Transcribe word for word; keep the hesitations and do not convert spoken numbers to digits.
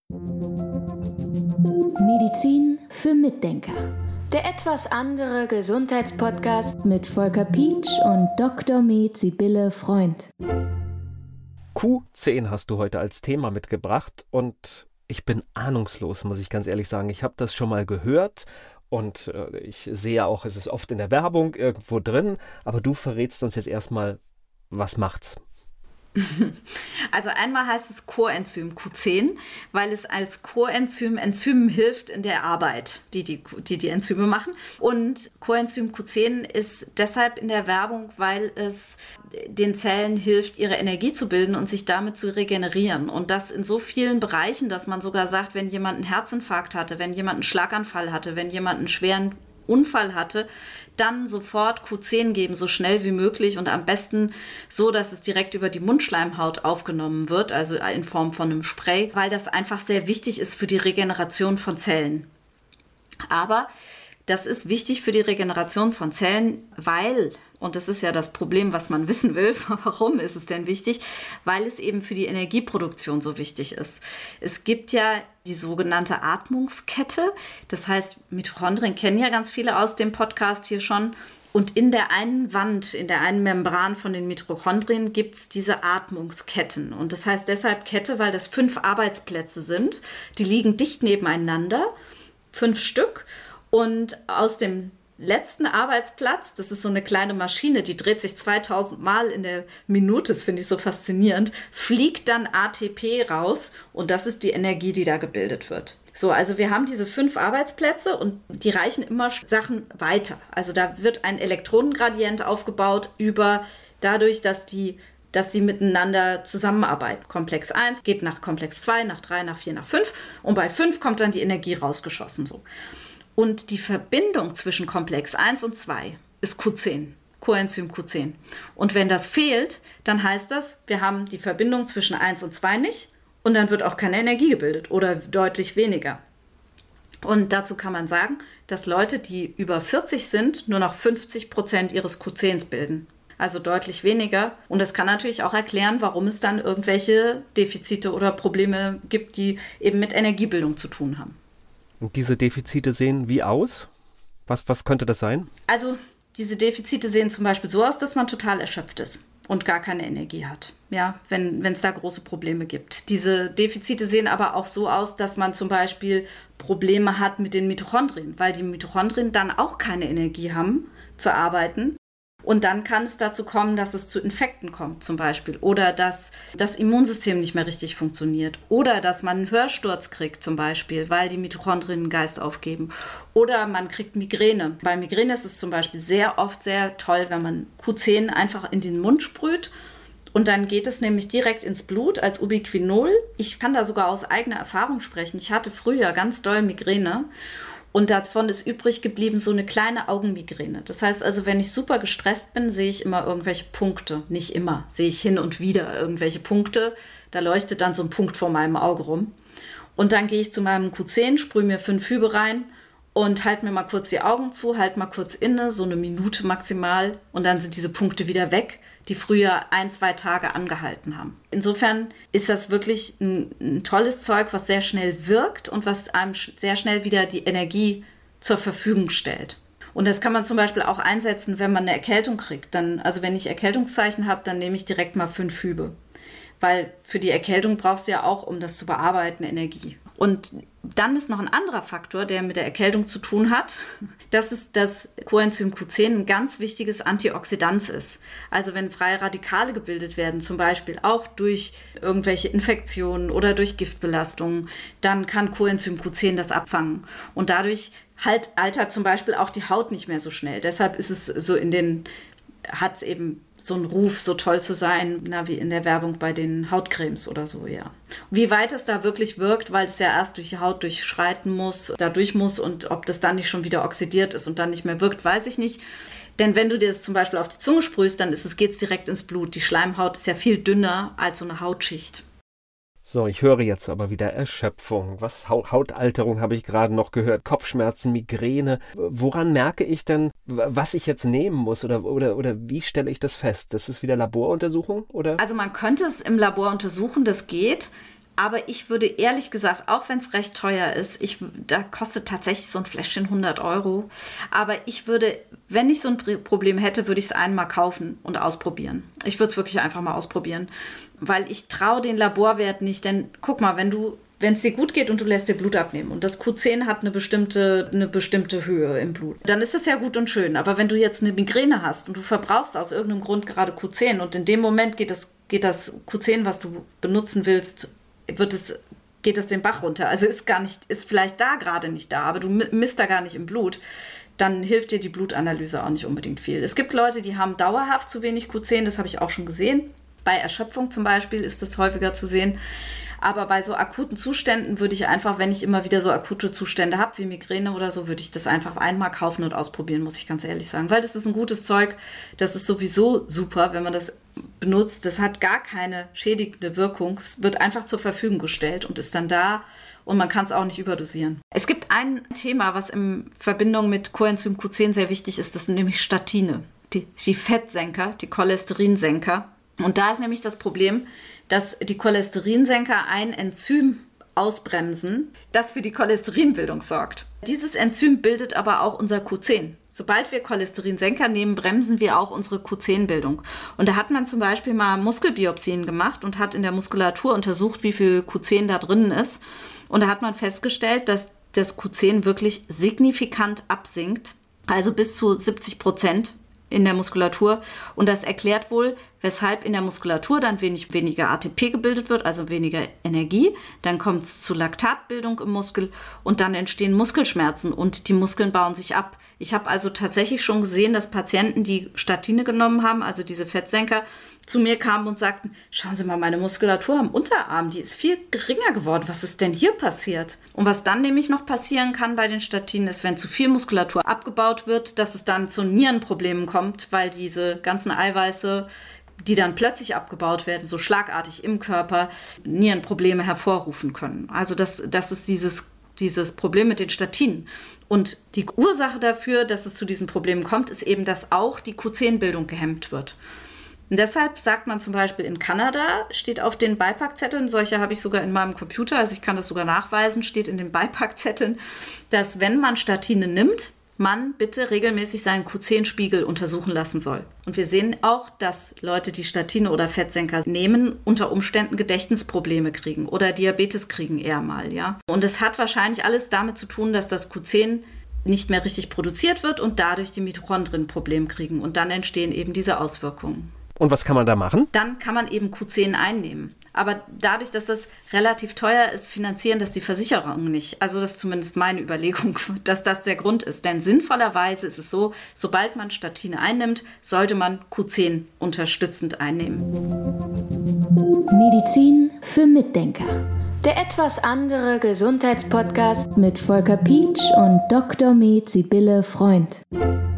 Medizin für Mitdenker. Der etwas andere Gesundheitspodcast mit Volker Pietsch und Doktor Med Sibylle Freund. Q zehn hast du heute als Thema mitgebracht und ich bin ahnungslos, muss ich ganz ehrlich sagen. Ich habe das schon mal gehört und äh, ich sehe auch, es ist oft in der Werbung irgendwo drin, aber du verrätst uns jetzt erstmal, was macht's? Also einmal heißt es Coenzym Q zehn, weil es als Coenzym Enzymen hilft in der Arbeit, die die, die die Enzyme machen. Und Coenzym Q zehn ist deshalb in der Werbung, weil es den Zellen hilft, ihre Energie zu bilden und sich damit zu regenerieren. Und das in so vielen Bereichen, dass man sogar sagt, wenn jemand einen Herzinfarkt hatte, wenn jemand einen Schlaganfall hatte, wenn jemand einen schweren Unfall hatte, dann sofort Q zehn geben, so schnell wie möglich und am besten so, dass es direkt über die Mundschleimhaut aufgenommen wird, also in Form von einem Spray, weil das einfach sehr wichtig ist für die Regeneration von Zellen. Aber das ist wichtig für die Regeneration von Zellen, weil, und das ist ja das Problem, was man wissen will, warum ist es denn wichtig? Weil es eben für die Energieproduktion so wichtig ist. Es gibt ja die sogenannte Atmungskette, das heißt, Mitochondrien kennen ja ganz viele aus dem Podcast hier schon. Und in der einen Wand, in der einen Membran von den Mitochondrien gibt es diese Atmungsketten. Und das heißt deshalb Kette, weil das fünf Arbeitsplätze sind. Die liegen dicht nebeneinander, fünf Stück. Und aus dem letzten Arbeitsplatz, das ist so eine kleine Maschine, die dreht sich zweitausend Mal in der Minute, das finde ich so faszinierend, fliegt dann A T P raus und das ist die Energie, die da gebildet wird. So, also wir haben diese fünf Arbeitsplätze und die reichen immer Sachen weiter. Also da wird ein Elektronengradient aufgebaut über dadurch, dass die dass sie miteinander zusammenarbeiten. Komplex eins geht nach Komplex zwei, nach drei, nach vier, nach fünf und bei fünf kommt dann die Energie rausgeschossen. So. Und die Verbindung zwischen Komplex eins und zwei ist Q zehn, Coenzym Q zehn. Und wenn das fehlt, dann heißt das, wir haben die Verbindung zwischen eins und zwei nicht und dann wird auch keine Energie gebildet oder deutlich weniger. Und dazu kann man sagen, dass Leute, die über vierzig sind, nur noch fünfzig Prozent ihres Q zehns bilden. Also deutlich weniger. Und das kann natürlich auch erklären, warum es dann irgendwelche Defizite oder Probleme gibt, die eben mit Energiebildung zu tun haben. Und diese Defizite sehen wie aus? Was, was könnte das sein? Also diese Defizite sehen zum Beispiel so aus, dass man total erschöpft ist und gar keine Energie hat, ja, wenn es da große Probleme gibt. Diese Defizite sehen aber auch so aus, dass man zum Beispiel Probleme hat mit den Mitochondrien, weil die Mitochondrien dann auch keine Energie haben zu arbeiten. Und dann kann es dazu kommen, dass es zu Infekten kommt zum Beispiel oder dass das Immunsystem nicht mehr richtig funktioniert oder dass man einen Hörsturz kriegt zum Beispiel, weil die Mitochondrien den Geist aufgeben oder man kriegt Migräne. Bei Migräne ist es zum Beispiel sehr oft sehr toll, wenn man Q zehn einfach in den Mund sprüht und dann geht es nämlich direkt ins Blut als Ubiquinol. Ich kann da sogar aus eigener Erfahrung sprechen. Ich hatte früher ganz doll Migräne. Und davon ist übrig geblieben so eine kleine Augenmigräne. Das heißt also, wenn ich super gestresst bin, sehe ich immer irgendwelche Punkte. Nicht immer, sehe ich hin und wieder irgendwelche Punkte. Da leuchtet dann so ein Punkt vor meinem Auge rum. Und dann gehe ich zu meinem Q zehn, sprühe mir fünf Hübe rein und halte mir mal kurz die Augen zu, halte mal kurz inne, so eine Minute maximal. Und dann sind diese Punkte wieder weg, die früher ein, zwei Tage angehalten haben. Insofern ist das wirklich ein, ein tolles Zeug, was sehr schnell wirkt und was einem sehr schnell wieder die Energie zur Verfügung stellt. Und das kann man zum Beispiel auch einsetzen, wenn man eine Erkältung kriegt. Dann, also wenn ich Erkältungszeichen habe, dann nehme ich direkt mal fünf Hübe. Weil für die Erkältung brauchst du ja auch, um das zu bearbeiten, Energie. Und dann ist noch ein anderer Faktor, der mit der Erkältung zu tun hat. Das ist, dass Coenzym Q zehn ein ganz wichtiges Antioxidant ist. Also wenn freie Radikale gebildet werden, zum Beispiel auch durch irgendwelche Infektionen oder durch Giftbelastungen, dann kann Coenzym Q zehn das abfangen. Und dadurch halt altert zum Beispiel auch die Haut nicht mehr so schnell. Deshalb ist es so in den, hat es eben so einen Ruf, so toll zu sein, na, wie in der Werbung bei den Hautcremes oder so, ja. Wie weit es da wirklich wirkt, weil es ja erst durch die Haut durchschreiten muss, da durch muss und ob das dann nicht schon wieder oxidiert ist und dann nicht mehr wirkt, weiß ich nicht. Denn wenn du dir das zum Beispiel auf die Zunge sprühst, dann ist es, geht's direkt ins Blut. Die Schleimhaut ist ja viel dünner als so eine Hautschicht. So, ich höre jetzt aber wieder Erschöpfung. Was Hautalterung habe ich gerade noch gehört, Kopfschmerzen, Migräne. Woran merke ich denn, was ich jetzt nehmen muss oder, oder, oder wie stelle ich das fest? Das ist wieder Laboruntersuchung, oder? Also man könnte es im Labor untersuchen, das geht. Aber ich würde ehrlich gesagt, auch wenn es recht teuer ist, ich, da kostet tatsächlich so ein Fläschchen hundert Euro. Aber ich würde, wenn ich so ein Problem hätte, würde ich es einmal kaufen und ausprobieren. Ich würde es wirklich einfach mal ausprobieren, weil ich traue den Laborwert nicht. Denn guck mal, wenn du, wenn es dir gut geht und du lässt dir Blut abnehmen und das Q zehn hat eine bestimmte, eine bestimmte Höhe im Blut, dann ist das ja gut und schön. Aber wenn du jetzt eine Migräne hast und du verbrauchst aus irgendeinem Grund gerade Q zehn und in dem Moment geht das, geht das Q zehn, was du benutzen willst, wird es, geht es den Bach runter. Also ist gar nicht, ist vielleicht da gerade nicht da, aber du misst da gar nicht im Blut, dann hilft dir die Blutanalyse auch nicht unbedingt viel. Es gibt Leute, die haben dauerhaft zu wenig Q zehn, das habe ich auch schon gesehen. Bei Erschöpfung zum Beispiel ist das häufiger zu sehen. Aber bei so akuten Zuständen würde ich einfach, wenn ich immer wieder so akute Zustände habe, wie Migräne oder so, würde ich das einfach einmal kaufen und ausprobieren, muss ich ganz ehrlich sagen. Weil das ist ein gutes Zeug, das ist sowieso super, wenn man das benutzt. Das hat gar keine schädigende Wirkung. Es wird einfach zur Verfügung gestellt und ist dann da und man kann es auch nicht überdosieren. Es gibt ein Thema, was in Verbindung mit Coenzym Q zehn sehr wichtig ist, das sind nämlich Statine, die, die Fettsenker, die Cholesterinsenker. Und da ist nämlich das Problem, dass die Cholesterinsenker ein Enzym ausbremsen, das für die Cholesterinbildung sorgt. Dieses Enzym bildet aber auch unser Q zehn. Sobald wir Cholesterinsenker nehmen, bremsen wir auch unsere Q zehn Bildung. Und da hat man zum Beispiel mal Muskelbiopsien gemacht und hat in der Muskulatur untersucht, wie viel Q zehn da drin ist. Und da hat man festgestellt, dass das Q zehn wirklich signifikant absinkt, also bis zu siebzig Prozent in der Muskulatur. Und das erklärt wohl, weshalb in der Muskulatur dann wenig, weniger A T P gebildet wird, also weniger Energie. Dann kommt es zu Laktatbildung im Muskel und dann entstehen Muskelschmerzen und die Muskeln bauen sich ab. Ich habe also tatsächlich schon gesehen, dass Patienten, die Statine genommen haben, also diese Fettsenker, zu mir kamen und sagten, schauen Sie mal, meine Muskulatur am Unterarm, die ist viel geringer geworden. Was ist denn hier passiert? Und was dann nämlich noch passieren kann bei den Statinen ist, wenn zu viel Muskulatur abgebaut wird, dass es dann zu Nierenproblemen kommt, weil diese ganzen Eiweiße, die dann plötzlich abgebaut werden, so schlagartig im Körper, Nierenprobleme hervorrufen können. Also das, das ist dieses, dieses Problem mit den Statinen. Und die Ursache dafür, dass es zu diesen Problemen kommt, ist eben, dass auch die Q zehn Bildung gehemmt wird. Und deshalb sagt man zum Beispiel in Kanada, steht auf den Beipackzetteln, solche habe ich sogar in meinem Computer, also ich kann das sogar nachweisen, steht in den Beipackzetteln, dass wenn man Statine nimmt, man bitte regelmäßig seinen Q zehn Spiegel untersuchen lassen soll. Und wir sehen auch, dass Leute, die Statine oder Fettsenker nehmen, unter Umständen Gedächtnisprobleme kriegen oder Diabetes kriegen eher mal, ja. Und es hat wahrscheinlich alles damit zu tun, dass das Q zehn nicht mehr richtig produziert wird und dadurch die Mitochondrien ein Problem kriegen. Und dann entstehen eben diese Auswirkungen. Und was kann man da machen? Dann kann man eben Q zehn einnehmen. Aber dadurch, dass das relativ teuer ist, finanzieren das die Versicherungen nicht. Also das ist zumindest meine Überlegung, dass das der Grund ist. Denn sinnvollerweise ist es so, sobald man Statine einnimmt, sollte man Q zehn unterstützend einnehmen. Medizin für Mitdenker. Der etwas andere Gesundheitspodcast mit Volker Pietsch und Doktor Med Sibylle Freund.